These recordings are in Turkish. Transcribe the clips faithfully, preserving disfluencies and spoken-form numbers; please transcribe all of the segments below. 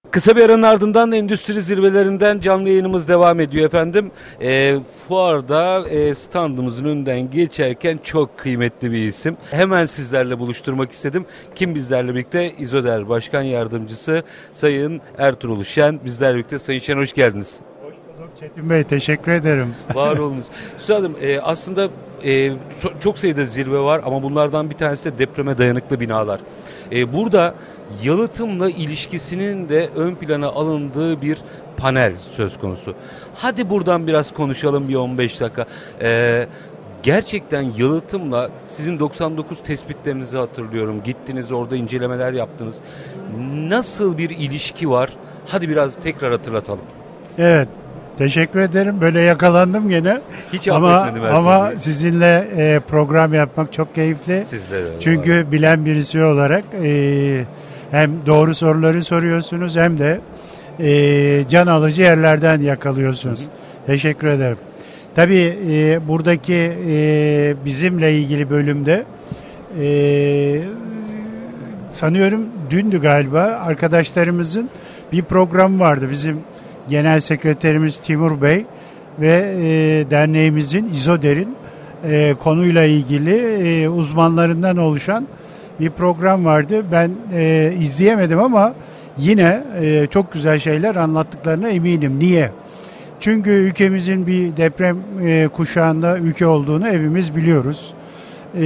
Kısa bir aranın ardından endüstri zirvelerinden canlı yayınımız devam ediyor efendim. E, fuarda e, standımızın önünden geçerken çok kıymetli bir isim. Hemen sizlerle buluşturmak istedim. Kim bizlerle birlikte? İzoder Başkan Yardımcısı Sayın Ertuğrul Şen bizlerle birlikte. Sayın Şen hoş geldiniz. Hoş bulduk Çetin Bey, teşekkür ederim. Var olunuz. Üstadım e, aslında e, çok sayıda zirve var ama bunlardan bir tanesi de depreme dayanıklı binalar. E, burada yalıtımla ilişkisinin de ön plana alındığı bir panel söz konusu. Hadi buradan biraz konuşalım bir on beş dakika. E, gerçekten yalıtımla sizin doksan dokuz tespitlerinizi hatırlıyorum. Gittiniz orada incelemeler yaptınız. Nasıl bir ilişki var? Hadi biraz tekrar hatırlatalım. Evet. Teşekkür ederim. Böyle yakalandım gene. Hiç ama affetmedim. Ama sizinle e, program yapmak çok keyifli. Sizle de. Çünkü var. Bilen birisi olarak e, hem doğru soruları soruyorsunuz hem de e, can alıcı yerlerden yakalıyorsunuz. Hı hı. Teşekkür ederim. Tabii e, buradaki e, bizimle ilgili bölümde e, sanıyorum dündü galiba arkadaşlarımızın bir programı vardı. Bizim Genel Sekreterimiz Timur Bey ve e, derneğimizin İzoder'in e, konuyla ilgili e, uzmanlarından oluşan bir program vardı. Ben e, izleyemedim ama yine e, çok güzel şeyler anlattıklarına eminim. Niye? Çünkü ülkemizin bir deprem e, kuşağında ülke olduğunu hepimiz biliyoruz. E,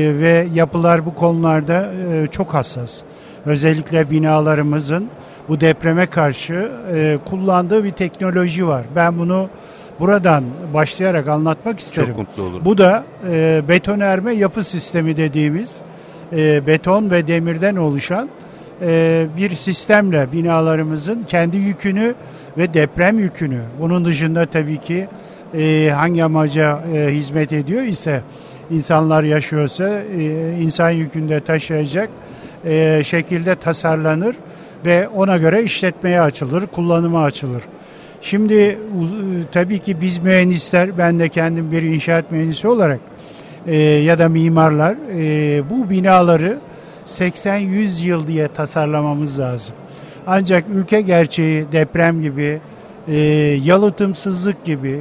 ve yapılar bu konularda e, çok hassas. Özellikle binalarımızın bu depreme karşı e, kullandığı bir teknoloji var. Ben bunu buradan başlayarak anlatmak isterim. Çok mutlu olurum. Bu da e, betonerme yapı sistemi dediğimiz e, beton ve demirden oluşan e, bir sistemle binalarımızın kendi yükünü ve deprem yükünü, bunun dışında tabii ki e, hangi amaca e, hizmet ediyor ise insanlar yaşıyorsa e, insan yükünü de taşıyacak e, şekilde tasarlanır ve ona göre işletmeye açılır, kullanıma açılır. Şimdi tabii ki biz mühendisler, ben de kendim bir inşaat mühendisi olarak e, ya da mimarlar e, bu binaları seksen yüz yıl diye tasarlamamız lazım. Ancak ülke gerçeği deprem gibi, e, yalıtımsızlık gibi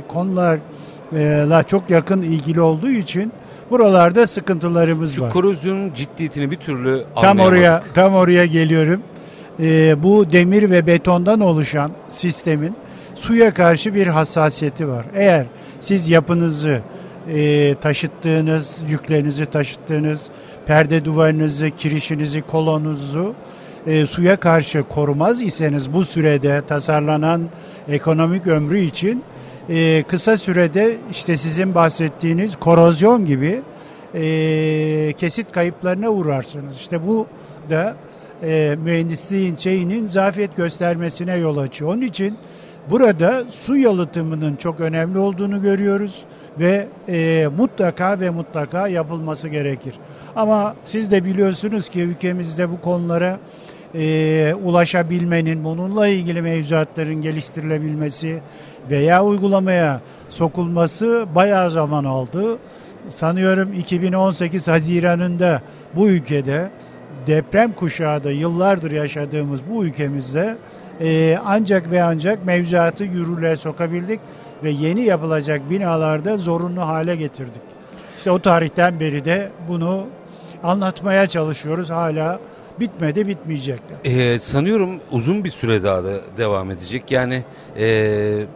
konularla çok yakın ilgili olduğu için buralarda sıkıntılarımız Şu var. korozyonun ciddiyetini bir türlü anlayamadık. Tam oraya, tam oraya geliyorum. Ee, bu demir ve betondan oluşan sistemin suya karşı bir hassasiyeti var. Eğer siz yapınızı e, taşıttığınız, yüklerinizi taşıttığınız perde duvarınızı, kirişinizi, kolonunuzu e, suya karşı korumaz iseniz bu sürede tasarlanan ekonomik ömrü için e, kısa sürede işte sizin bahsettiğiniz korozyon gibi e, kesit kayıplarına uğrarsınız. İşte bu da E, mühendisliğin şeyinin zafiyet göstermesine yol açıyor. Onun için burada su yalıtımının çok önemli olduğunu görüyoruz ve e, mutlaka ve mutlaka yapılması gerekir. Ama siz de biliyorsunuz ki ülkemizde bu konulara e, ulaşabilmenin, bununla ilgili mevzuatların geliştirilebilmesi veya uygulamaya sokulması bayağı zaman aldı. Sanıyorum iki bin on sekiz Haziran'ında bu ülkede deprem kuşağı da yıllardır yaşadığımız bu ülkemizde e, ancak ve ancak mevzuatı yürürlüğe sokabildik ve yeni yapılacak binalarda zorunlu hale getirdik. İşte o tarihten beri de bunu anlatmaya çalışıyoruz. Hala bitmedi, bitmeyecek de. Ee, sanıyorum uzun bir süre daha da devam edecek. Yani e,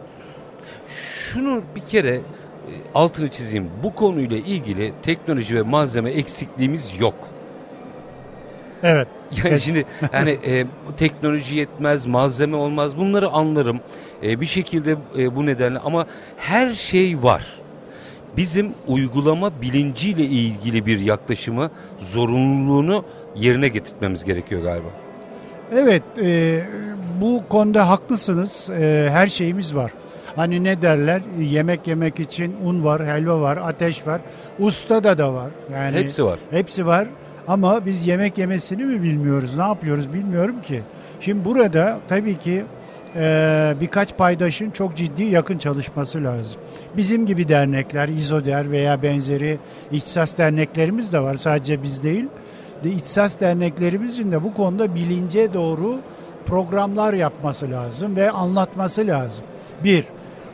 şunu bir kere e, altını çizeyim. Bu konuyla ilgili teknoloji ve malzeme eksikliğimiz yok. Evet. Yani şimdi yani e, teknoloji yetmez, malzeme olmaz. Bunları anlarım. E, bir şekilde e, bu nedenle ama her şey var. Bizim uygulama bilinciyle ilgili bir yaklaşımı, zorunluluğunu yerine getirtmemiz gerekiyor galiba. Evet, e, bu konuda haklısınız. E, her şeyimiz var. Hani ne derler? Yemek yemek için un var, helva var, ateş var. Ustada da var. Yani hepsi var. Hepsi var. Ama biz yemek yemesini mi bilmiyoruz? Ne yapıyoruz bilmiyorum ki. Şimdi burada tabii ki e, birkaç paydaşın çok ciddi yakın çalışması lazım. Bizim gibi dernekler, İzoder veya benzeri ihtisas derneklerimiz de var. Sadece biz değil. De ihtisas derneklerimizin de bu konuda bilince doğru programlar yapması lazım ve anlatması lazım. Bir,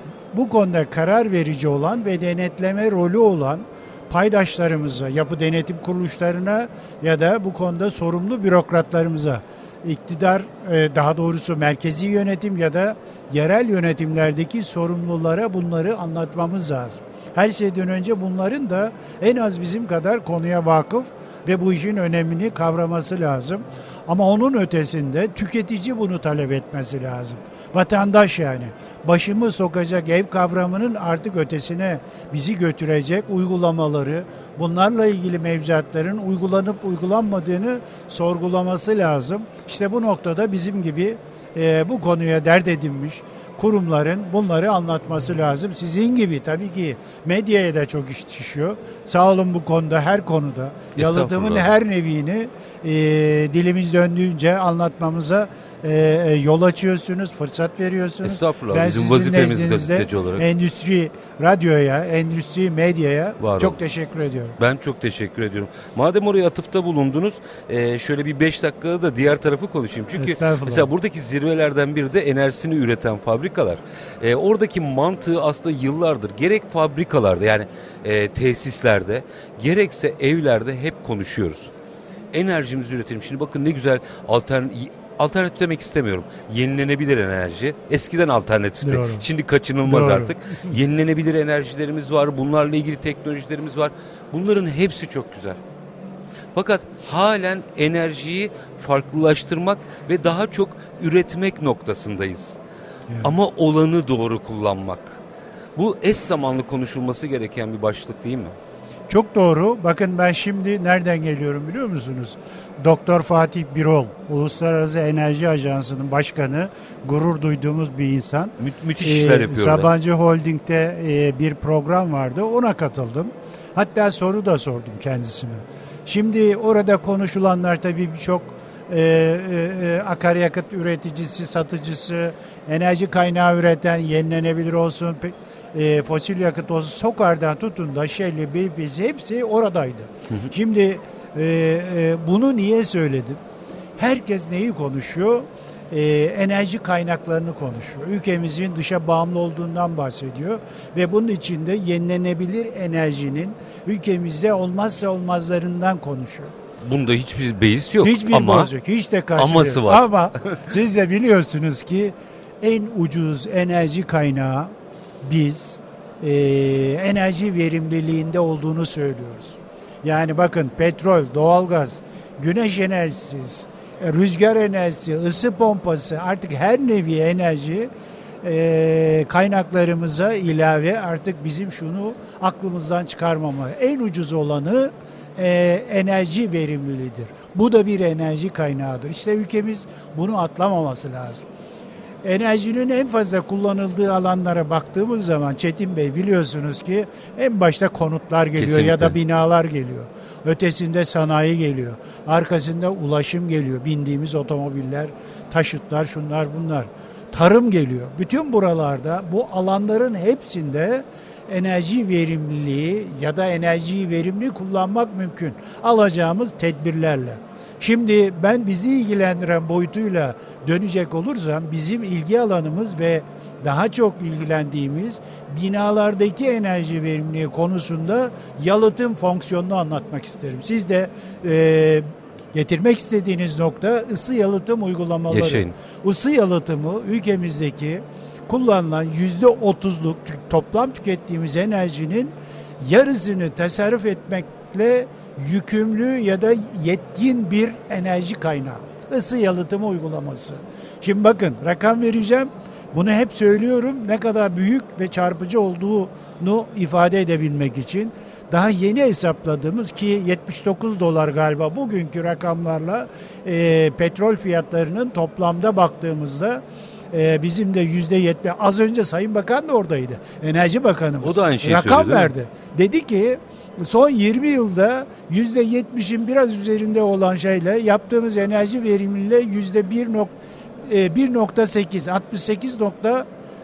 bu konuda karar verici olan ve denetleme rolü olan paydaşlarımıza, yapı denetim kuruluşlarına ya da bu konuda sorumlu bürokratlarımıza, iktidar, daha doğrusu merkezi yönetim ya da yerel yönetimlerdeki sorumlulara bunları anlatmamız lazım. Her şeyden önce bunların da en az bizim kadar konuya vakıf ve bu işin önemini kavraması lazım. Ama onun ötesinde tüketici bunu talep etmesi lazım. Vatandaş yani. Başımı sokacak ev kavramının artık ötesine bizi götürecek uygulamaları, bunlarla ilgili mevzuatların uygulanıp uygulanmadığını sorgulaması lazım. İşte bu noktada bizim gibi e, bu konuya dert edinmiş kurumların bunları anlatması lazım. Sizin gibi tabii ki medyaya da çok iş düşüyor. Sağ olun bu konuda, her konuda yalıtımın her nevini e, dilimiz döndüğünce anlatmamıza e, yol açıyorsunuz, fırsat veriyorsunuz. Estağfurullah. Ben Bizim vazifemiz gazeteci olarak. olarak. Endüstri radyoya, endüstri medyaya Var çok olun. teşekkür ediyorum. Ben çok teşekkür ediyorum. Madem oraya atıfta bulundunuz, e, şöyle bir beş dakikada da diğer tarafı konuşayım. Çünkü mesela buradaki zirvelerden biri de enerjisini üreten fabrikalar. E, oradaki mantığı aslında yıllardır gerek fabrikalarda yani e, tesislerde gerekse evlerde hep konuşuyoruz. Enerjimizi üretelim. Şimdi bakın ne güzel alternatif. Alternatif demek istemiyorum. Yenilenebilir enerji. Eskiden alternatifti. Doğru. Şimdi kaçınılmaz Doğru. artık. Yenilenebilir enerjilerimiz var. Bunlarla ilgili teknolojilerimiz var. Bunların hepsi çok güzel. Fakat halen enerjiyi farklılaştırmak ve daha çok üretmek noktasındayız. Evet. Ama olanı doğru kullanmak. Bu eş zamanlı konuşulması gereken bir başlık değil mi? Çok doğru. Bakın ben şimdi nereden geliyorum biliyor musunuz? Doktor Fatih Birol, Uluslararası Enerji Ajansı'nın başkanı, gurur duyduğumuz bir insan. Mü- müthiş işler ee, yapıyor. Sabancı Holding'de e, bir program vardı. Ona katıldım. Hatta soru da sordum kendisine. Şimdi orada konuşulanlar tabii birçok e, e, akaryakıt üreticisi, satıcısı, enerji kaynağı üreten, yenilenebilir olsun, E, fosil yakıt olsun, Sokar'dan tutun da Shell'i, B P C hepsi oradaydı. Hı hı. Şimdi e, e, bunu niye söyledim? Herkes neyi konuşuyor? E, enerji kaynaklarını konuşuyor. Ülkemizin dışa bağımlı olduğundan bahsediyor ve bunun içinde yenilenebilir enerjinin ülkemizde olmazsa olmazlarından konuşuyor. Bunda hiçbir beis yok. Hiçbir ama yok. Hiç de karşı aması var. Ama siz de biliyorsunuz ki en ucuz enerji kaynağı biz e, enerji verimliliğinde olduğunu söylüyoruz. Yani bakın petrol, doğalgaz, güneş enerjisi, rüzgar enerjisi, ısı pompası, artık her nevi enerji e, kaynaklarımıza ilave artık bizim şunu aklımızdan çıkarmamalı. En ucuz olanı e, enerji verimliliğidir. Bu da bir enerji kaynağıdır. İşte ülkemiz bunu atlamaması lazım. Enerjinin en fazla kullanıldığı alanlara baktığımız zaman Çetin Bey biliyorsunuz ki en başta konutlar geliyor. Kesinlikle. Ya da binalar geliyor. Ötesinde sanayi geliyor. Arkasında ulaşım geliyor. Bindiğimiz otomobiller, taşıtlar, şunlar bunlar. Tarım geliyor. Bütün buralarda bu alanların hepsinde enerji verimliliği ya da enerjiyi verimli kullanmak mümkün. Alacağımız tedbirlerle. Şimdi ben bizi ilgilendiren boyutuyla dönecek olursam bizim ilgi alanımız ve daha çok ilgilendiğimiz binalardaki enerji verimliliği konusunda yalıtım fonksiyonunu anlatmak isterim. Siz de e, getirmek istediğiniz nokta ısı yalıtım uygulamaları. Yaşayın. Isı yalıtımı ülkemizdeki kullanılan yüzde otuzluk toplam tükettiğimiz enerjinin yarısını tasarruf etmekle yükümlü ya da yetkin bir enerji kaynağı. Isı yalıtımı uygulaması. Şimdi bakın rakam vereceğim. Bunu hep söylüyorum. Ne kadar büyük ve çarpıcı olduğunu ifade edebilmek için. Daha yeni hesapladığımız ki yetmiş dokuz dolar galiba bugünkü rakamlarla e, petrol fiyatlarının toplamda baktığımızda e, bizim de yüzde yetmiş. Az önce Sayın Bakan da oradaydı. Enerji Bakanımız. O da aynı şeyi rakam söyledi, verdi. Dedi ki son yirmi yılda yüzde yetmişin biraz üzerinde olan şeyle yaptığımız enerji verimliliğiyle yüzde bir nokta sekiz, altmış sekiz nokta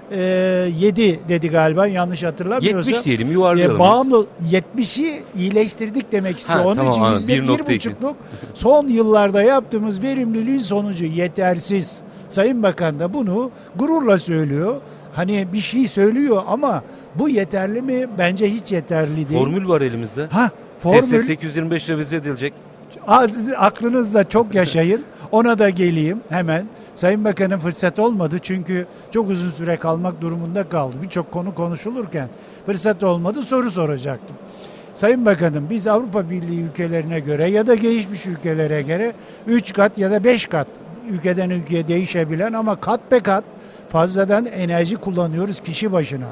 yedi dedi galiba yanlış hatırlamıyorsam. yetmiş diyelim yuvarlayalım. E, bağımlı yetmişi iyileştirdik demek istiyor. Ha, Onun tamam, için yüzde bir buçukluk son yıllarda yaptığımız verimliliğin sonucu yetersiz. Sayın Bakan da bunu gururla söylüyor. Hani bir şey söylüyor ama bu yeterli mi? Bence hiç yeterli değil. Formül var elimizde. Ha, T formül. S sekiz yüz yirmi beş revize edilecek. Az, aklınızda çok yaşayın. Ona da geleyim hemen. Sayın Bakan'ın fırsat olmadı çünkü çok uzun süre kalmak durumunda kaldı. Birçok konu konuşulurken fırsat olmadı, soru soracaktım. Sayın Bakanım, biz Avrupa Birliği ülkelerine göre ya da gelişmiş ülkelere göre üç kat ya da beş kat ülkeden ülkeye değişebilen ama kat be kat fazladan enerji kullanıyoruz kişi başına.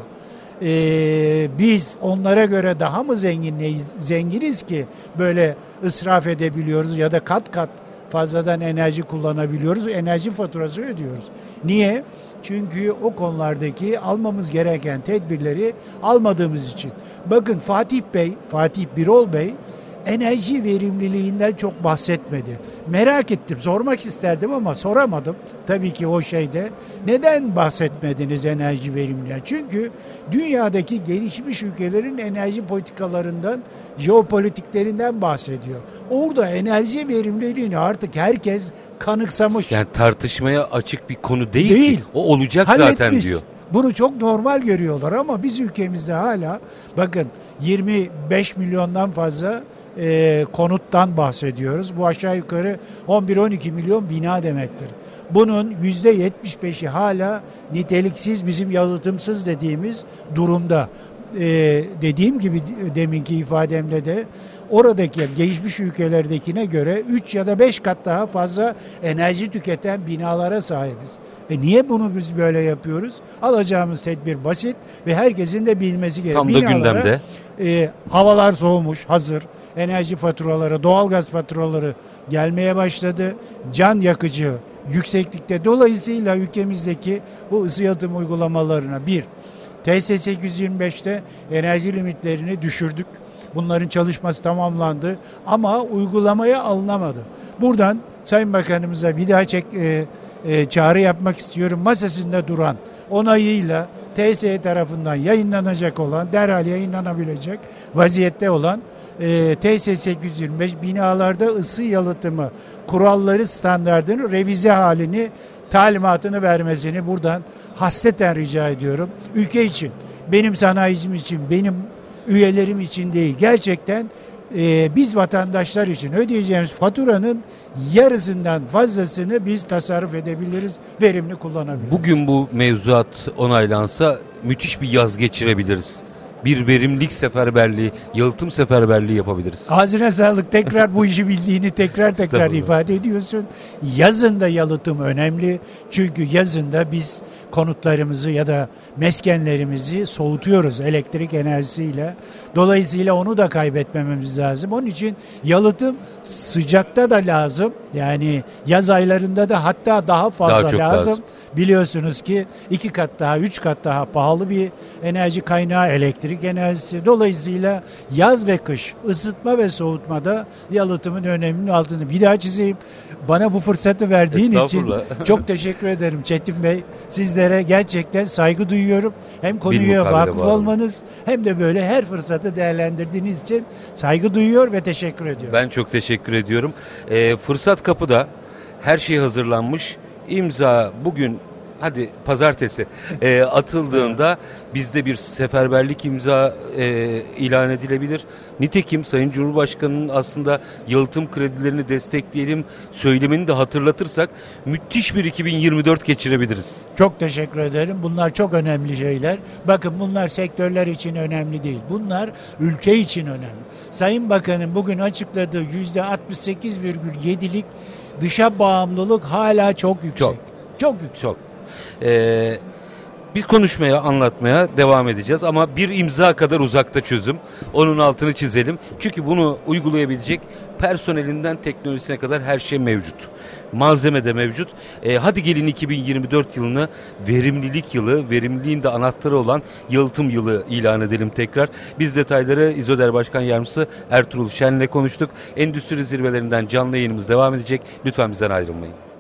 Ee, biz onlara göre daha mı zenginleyiz, zenginiz ki böyle israf edebiliyoruz ya da kat kat fazladan enerji kullanabiliyoruz, enerji faturası ödüyoruz. Niye? Çünkü o konulardaki almamız gereken tedbirleri almadığımız için. Bakın Fatih Bey, Fatih Birol Bey enerji verimliliğinden çok bahsetmedi. Merak ettim, sormak isterdim ama soramadım. Tabii ki o şeyde. Neden bahsetmediniz enerji verimliliğinden? Çünkü dünyadaki gelişmiş ülkelerin enerji politikalarından, jeopolitiklerinden bahsediyor. Orada enerji verimliliğini artık herkes kanıksamış. Yani tartışmaya açık bir konu değil, Değil. ki. O olacak Halletmiş. zaten diyor. Bunu çok normal görüyorlar ama biz ülkemizde hala bakın yirmi beş milyondan fazla e, konuttan bahsediyoruz. Bu aşağı yukarı on bir on iki milyon bina demektir. Bunun yüzde yetmiş beşi hala niteliksiz, bizim yalıtımsız dediğimiz durumda. E, dediğim gibi deminki ifademde de oradaki gelişmiş ülkelerdekine göre üç ya da beş kat daha fazla enerji tüketen binalara sahibiz. E niye bunu biz böyle yapıyoruz? Alacağımız tedbir basit ve herkesin de bilmesi gerekiyor. Tam da gündemde. E, havalar soğumuş, hazır. Enerji faturaları, doğalgaz faturaları gelmeye başladı. Can yakıcı yükseklikte. Dolayısıyla ülkemizdeki bu ısı yalıtım uygulamalarına bir, T S sekiz yüz yirmi beşte enerji limitlerini düşürdük. Bunların çalışması tamamlandı ama uygulamaya alınamadı. Buradan Sayın Bakanımıza bir daha çek, e, e, çağrı yapmak istiyorum. Masasında duran onayıyla T S E tarafından yayınlanacak olan, derhal yayınlanabilecek vaziyette olan e, T S sekiz yüz yirmi beş binalarda ısı yalıtımı kuralları standardını revize halini talimatını vermesini buradan hasreten rica ediyorum. Ülke için, benim sanayicim için, benim üyelerim için değil, gerçekten e, biz vatandaşlar için ödeyeceğimiz faturanın yarısından fazlasını biz tasarruf edebiliriz, verimli kullanabiliriz. Bugün bu mevzuat onaylansa müthiş bir yaz geçirebiliriz. Bir verimlilik seferberliği, yalıtım seferberliği yapabiliriz. Ağzına sağlık. Tekrar bu işi bildiğini tekrar tekrar ifade ediyorsun. Yazın da yalıtım önemli. Çünkü yazında biz konutlarımızı ya da meskenlerimizi soğutuyoruz elektrik enerjisiyle. Dolayısıyla onu da kaybetmememiz lazım. Onun için yalıtım sıcakta da lazım. Yani yaz aylarında da hatta daha fazla daha çok lazım. lazım. Biliyorsunuz ki iki kat daha, üç kat daha pahalı bir enerji kaynağı elektrik enerjisi. Dolayısıyla yaz ve kış ısıtma ve soğutmada yalıtımın öneminin altını bir daha çizeyim. Bana bu fırsatı verdiğin için çok teşekkür ederim Çetin Bey. Sizlere gerçekten saygı duyuyorum. Hem konuya vakıf olmanız hem de böyle her fırsatı değerlendirdiğiniz için saygı duyuyor ve teşekkür ediyorum. Ben çok teşekkür ediyorum. Ee, fırsat kapıda, her şey hazırlanmış. İmza bugün, hadi pazartesi e, atıldığında bizde bir seferberlik imza e, ilan edilebilir. Nitekim Sayın Cumhurbaşkanı'nın aslında yalıtım kredilerini destekleyelim söylemini de hatırlatırsak müthiş bir iki bin yirmi dört geçirebiliriz. Çok teşekkür ederim. Bunlar çok önemli şeyler. Bakın bunlar sektörler için önemli değil. Bunlar ülke için önemli. Sayın Bakan'ın bugün açıkladığı yüzde altmış sekiz virgül yedilik dışa bağımlılık hala çok yüksek. Çok. Çok yüksek. Çok. Ee, biz konuşmaya, anlatmaya devam edeceğiz ama bir imza kadar uzakta çözüm. Onun altını çizelim. Çünkü bunu uygulayabilecek personelinden teknolojisine kadar her şey mevcut. Malzeme de mevcut. Ee, hadi gelin iki bin yirmi dört yılını verimlilik yılı, verimliliğin de anahtarı olan yalıtım yılı ilan edelim tekrar. Biz detayları İzoder Başkan Yardımcısı Ertuğrul Şen'le konuştuk. Endüstri zirvelerinden canlı yayınımız devam edecek. Lütfen bizden ayrılmayın.